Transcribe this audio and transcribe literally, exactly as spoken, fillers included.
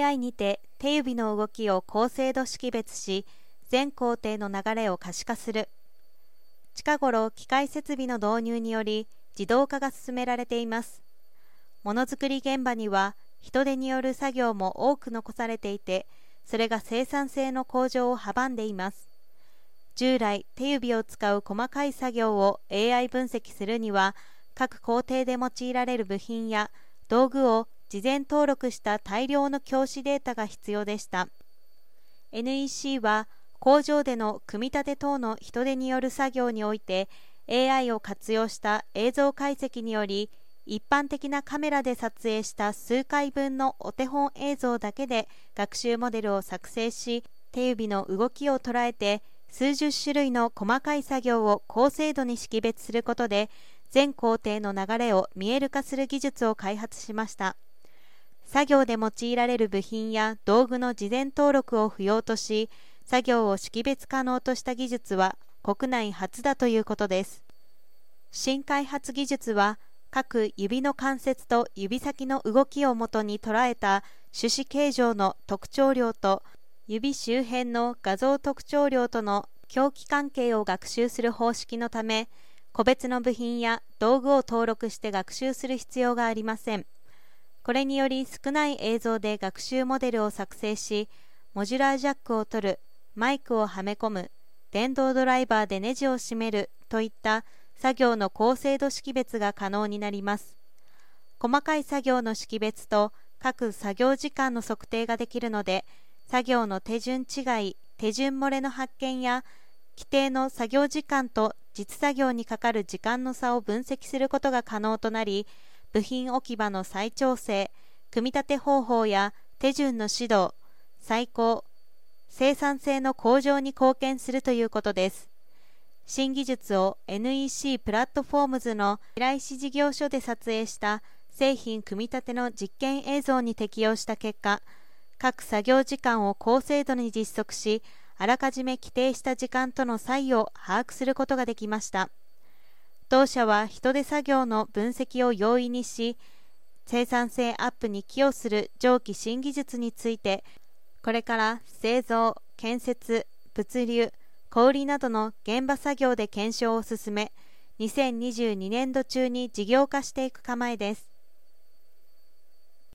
アイ にて手指の動きを高精度識別し、全工程の流れを可視化する。近頃、機械設備の導入により自動化が進められています。ものづくり現場には人手による作業も多く残されていて、それが生産性の向上を阻んでいます。従来、手指を使う細かい作業を エーアイ 分析するには、各工程で用いられる部品や道具を事前登録した大量の教師データが必要でした。エヌイーシー は工場での組み立て等の人手による作業において エーアイ を活用した映像解析により、一般的なカメラで撮影した数回分のお手本映像だけで学習モデルを作成し、手指の動きを捉えて数十種類の細かい作業を高精度に識別することで、全工程の流れを見える化する技術を開発しました。作業で用いられる部品や道具の事前登録を不要とし、作業を識別可能とした技術は国内初だということです。新開発技術は、各指の関節と指先の動きをもとに捉えた手指形状の特徴量と指周辺の画像特徴量との協機関係を学習する方式のため、個別の部品や道具を登録して学習する必要がありません。これにより少ない映像で学習モデルを作成し、モジュラージャックを取る、マイクをはめ込む、電動ドライバーでネジを締めるといった作業の高精度識別が可能になります。細かい作業の識別と各作業時間の測定ができるので、作業の手順違い、手順漏れの発見や、規定の作業時間と実作業にかかる時間の差を分析することが可能となり、部品置き場の再調整、組み立て方法や手順の指導、再考、生産性の向上に貢献するということです。新技術を エヌイーシー プラットフォームズの未来市事業所で撮影した製品組み立ての実験映像に適用した結果、各作業時間を高精度に実測し、あらかじめ規定した時間との差異を把握することができました。同社は人手作業の分析を容易にし、生産性アップに寄与する上記新技術について、これから製造、建設、物流、小売などの現場作業で検証を進め、にせんにじゅうにねんど中に事業化していく構えです。